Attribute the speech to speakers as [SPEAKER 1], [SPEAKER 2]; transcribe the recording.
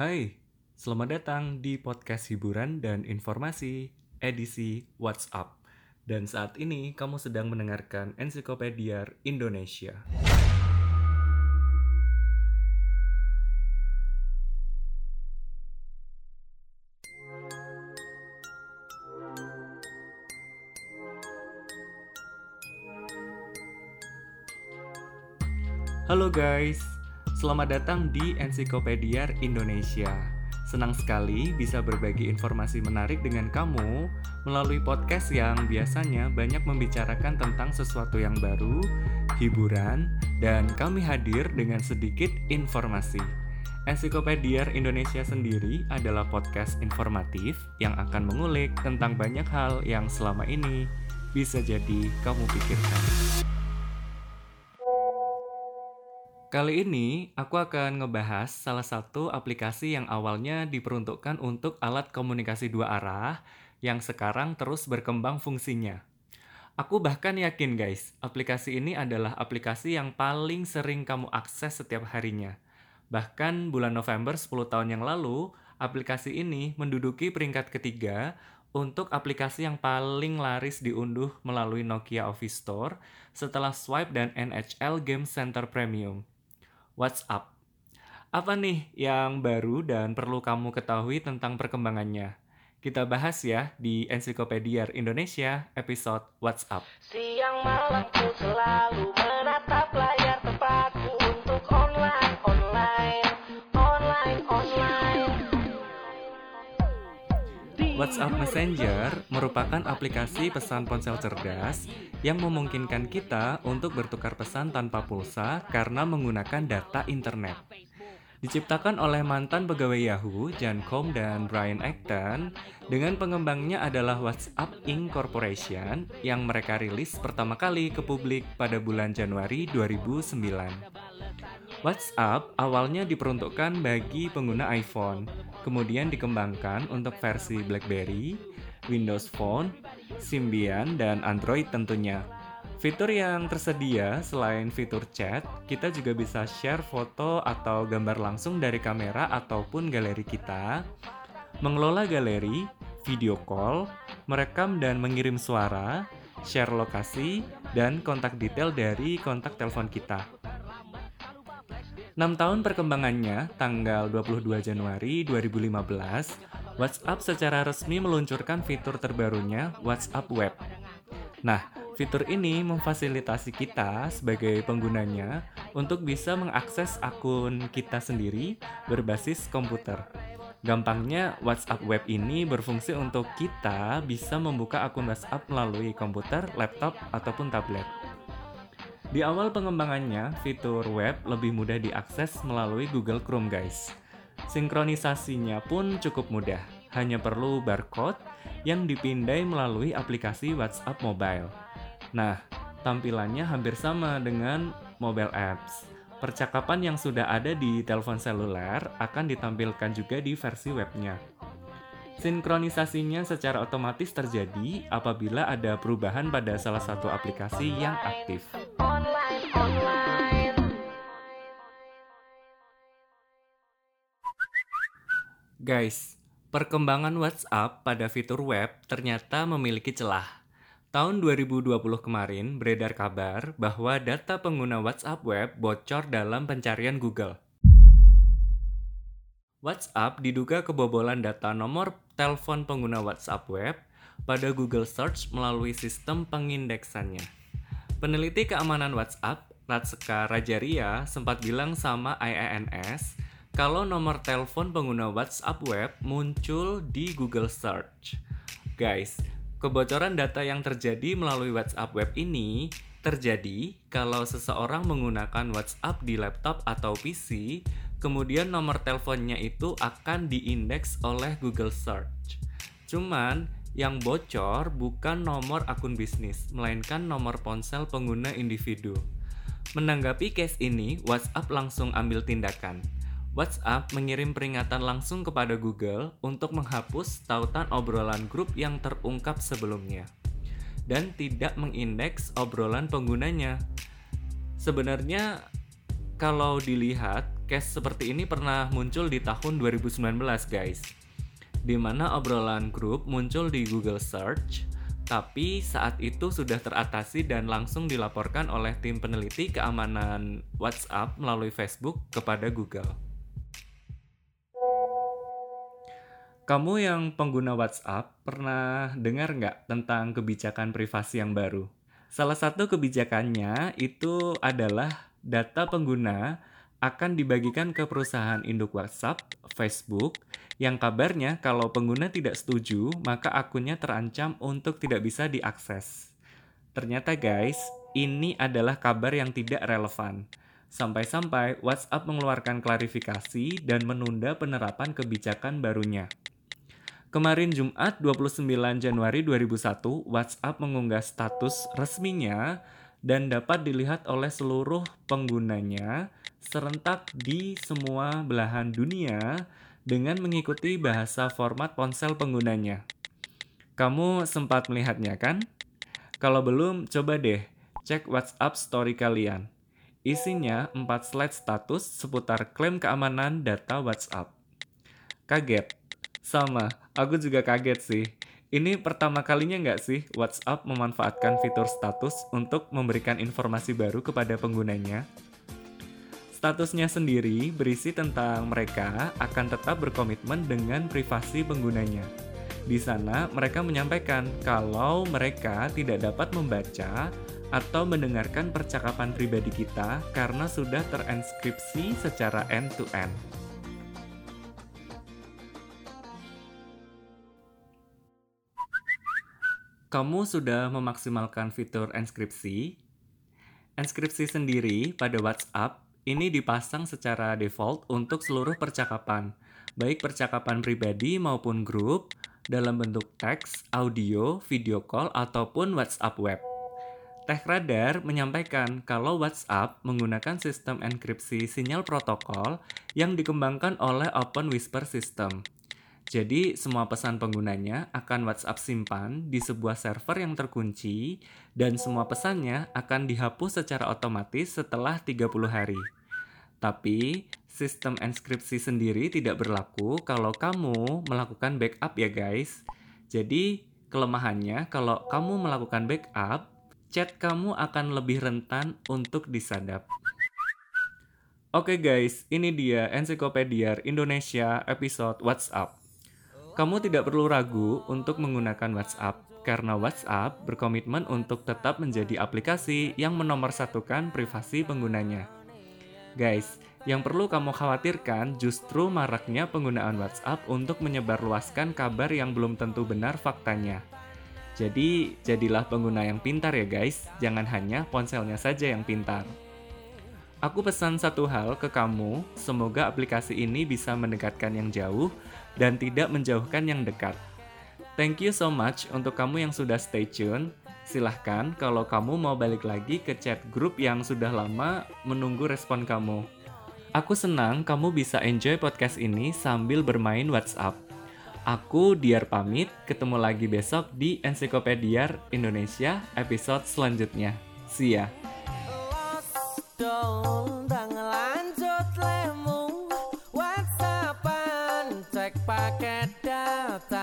[SPEAKER 1] Hai, selamat datang di podcast hiburan dan informasi edisi WhatsApp. Dan saat ini kamu sedang mendengarkan Ensiklopedia Indonesia. Halo guys, selamat datang di Ensiklopedia Indonesia. Senang sekali bisa berbagi informasi menarik dengan kamu melalui podcast yang biasanya banyak membicarakan tentang sesuatu yang baru, hiburan, dan kami hadir dengan sedikit informasi. Ensiklopedia Indonesia sendiri adalah podcast informatif yang akan mengulik tentang banyak hal yang selama ini bisa jadi kamu pikirkan. Kali ini aku akan ngebahas salah satu aplikasi yang awalnya diperuntukkan untuk alat komunikasi dua arah yang sekarang terus berkembang fungsinya. Aku bahkan yakin guys, aplikasi ini adalah aplikasi yang paling sering kamu akses setiap harinya. Bahkan bulan November 10 tahun yang lalu, aplikasi ini menduduki peringkat ketiga untuk aplikasi yang paling laris diunduh melalui Nokia Office Store setelah Swipe dan NHL Game Center Premium. WhatsApp. Apa nih yang baru dan perlu kamu ketahui tentang perkembangannya? Kita bahas ya di Ensiklopedia Indonesia episode WhatsApp.
[SPEAKER 2] Siang malam ku selalu menatap layar tempatku untuk online.
[SPEAKER 1] WhatsApp Messenger merupakan aplikasi pesan ponsel cerdas yang memungkinkan kita untuk bertukar pesan tanpa pulsa karena menggunakan data internet. Diciptakan oleh mantan pegawai Yahoo, John Combe dan Brian Acton, dengan pengembangnya adalah WhatsApp Inc. Corporation yang mereka rilis pertama kali ke publik pada bulan Januari 2009. WhatsApp awalnya diperuntukkan bagi pengguna iPhone, kemudian dikembangkan untuk versi BlackBerry, Windows Phone, Symbian, dan Android tentunya. Fitur yang tersedia selain fitur chat, kita juga bisa share foto atau gambar langsung dari kamera ataupun galeri kita, mengelola galeri, video call, merekam dan mengirim suara, share lokasi, dan kontak detail dari kontak telepon kita. 6 tahun perkembangannya, tanggal 22 Januari 2015, WhatsApp secara resmi meluncurkan fitur terbarunya WhatsApp Web. Nah, fitur ini memfasilitasi kita sebagai penggunanya untuk bisa mengakses akun kita sendiri berbasis komputer. Gampangnya, WhatsApp Web ini berfungsi untuk kita bisa membuka akun WhatsApp melalui komputer, laptop, ataupun tablet. Di awal pengembangannya, fitur web lebih mudah diakses melalui Google Chrome guys. Sinkronisasinya pun cukup mudah, hanya perlu barcode yang dipindai melalui aplikasi WhatsApp Mobile. Nah, tampilannya hampir sama dengan mobile apps. Percakapan yang sudah ada di telepon seluler akan ditampilkan juga di versi webnya. Sinkronisasinya secara otomatis terjadi apabila ada perubahan pada salah satu aplikasi yang aktif. Guys, perkembangan WhatsApp pada fitur web ternyata memiliki celah. Tahun 2020 kemarin beredar kabar bahwa data pengguna WhatsApp web bocor dalam pencarian Google. WhatsApp diduga kebobolan data nomor telepon pengguna WhatsApp web pada Google Search melalui sistem pengindeksannya. Peneliti keamanan WhatsApp, Ratska Rajaria, sempat bilang sama IANS kalau nomor telepon pengguna WhatsApp web muncul di Google Search. Guys, kebocoran data yang terjadi melalui WhatsApp web ini terjadi kalau seseorang menggunakan WhatsApp di laptop atau PC, kemudian nomor teleponnya itu akan diindeks oleh Google Search. Cuman, yang bocor bukan nomor akun bisnis, melainkan nomor ponsel pengguna individu. Menanggapi case ini, WhatsApp langsung ambil tindakan. WhatsApp mengirim peringatan langsung kepada Google untuk menghapus tautan obrolan grup yang terungkap sebelumnya dan tidak mengindeks obrolan penggunanya. Sebenarnya kalau dilihat, case seperti ini pernah muncul di tahun 2019 guys, di mana obrolan grup muncul di Google Search, tapi saat itu sudah teratasi dan langsung dilaporkan oleh tim peneliti keamanan WhatsApp melalui Facebook kepada Google. Kamu yang pengguna WhatsApp pernah dengar nggak tentang kebijakan privasi yang baru? Salah satu kebijakannya itu adalah data pengguna akan dibagikan ke perusahaan induk WhatsApp, Facebook, yang kabarnya kalau pengguna tidak setuju, maka akunnya terancam untuk tidak bisa diakses. Ternyata guys, ini adalah kabar yang tidak relevan. Sampai-sampai WhatsApp mengeluarkan klarifikasi dan menunda penerapan kebijakan barunya. Kemarin Jumat 29 Januari 2001, WhatsApp mengunggah status resminya dan dapat dilihat oleh seluruh penggunanya serentak di semua belahan dunia dengan mengikuti bahasa format ponsel penggunanya. Kamu sempat melihatnya kan? Kalau belum, coba deh cek WhatsApp story kalian. Isinya 4 slide status seputar klaim keamanan data WhatsApp. Kaget? Sama, aku juga kaget sih. Ini pertama kalinya nggak sih WhatsApp memanfaatkan fitur status untuk memberikan informasi baru kepada penggunanya? Statusnya sendiri berisi tentang mereka akan tetap berkomitmen dengan privasi penggunanya. Di sana, mereka menyampaikan kalau mereka tidak dapat membaca atau mendengarkan percakapan pribadi kita karena sudah terenskripsi secara end-to-end. Kamu sudah memaksimalkan fitur enskripsi? Enskripsi sendiri pada WhatsApp ini dipasang secara default untuk seluruh percakapan, baik percakapan pribadi maupun grup, dalam bentuk teks, audio, video call, ataupun WhatsApp web. TechRadar menyampaikan kalau WhatsApp menggunakan sistem enkripsi sinyal protokol yang dikembangkan oleh Open Whisper System. Jadi, semua pesan penggunanya akan WhatsApp simpan di sebuah server yang terkunci dan semua pesannya akan dihapus secara otomatis setelah 30 hari. Tapi, sistem enskripsi sendiri tidak berlaku kalau kamu melakukan backup ya guys. Jadi, kelemahannya kalau kamu melakukan backup, chat kamu akan lebih rentan untuk disadap. Oke guys, ini dia Ensiklopedia Indonesia episode WhatsApp. Kamu tidak perlu ragu untuk menggunakan WhatsApp, karena WhatsApp berkomitmen untuk tetap menjadi aplikasi yang menomorsatukan privasi penggunanya. Guys, yang perlu kamu khawatirkan justru maraknya penggunaan WhatsApp untuk menyebarluaskan kabar yang belum tentu benar faktanya. Jadi, jadilah pengguna yang pintar ya guys, jangan hanya ponselnya saja yang pintar. Aku pesan satu hal ke kamu, semoga aplikasi ini bisa mendekatkan yang jauh dan tidak menjauhkan yang dekat. Thank you so much untuk kamu yang sudah stay tune. Silahkan kalau kamu mau balik lagi ke chat grup yang sudah lama menunggu respon kamu. Aku senang kamu bisa enjoy podcast ini sambil bermain WhatsApp. Aku Diar pamit, ketemu lagi besok di Ensiklopedia Indonesia episode selanjutnya. See ya!
[SPEAKER 2] Undang lanjut lemu WhatsAppan cek paket data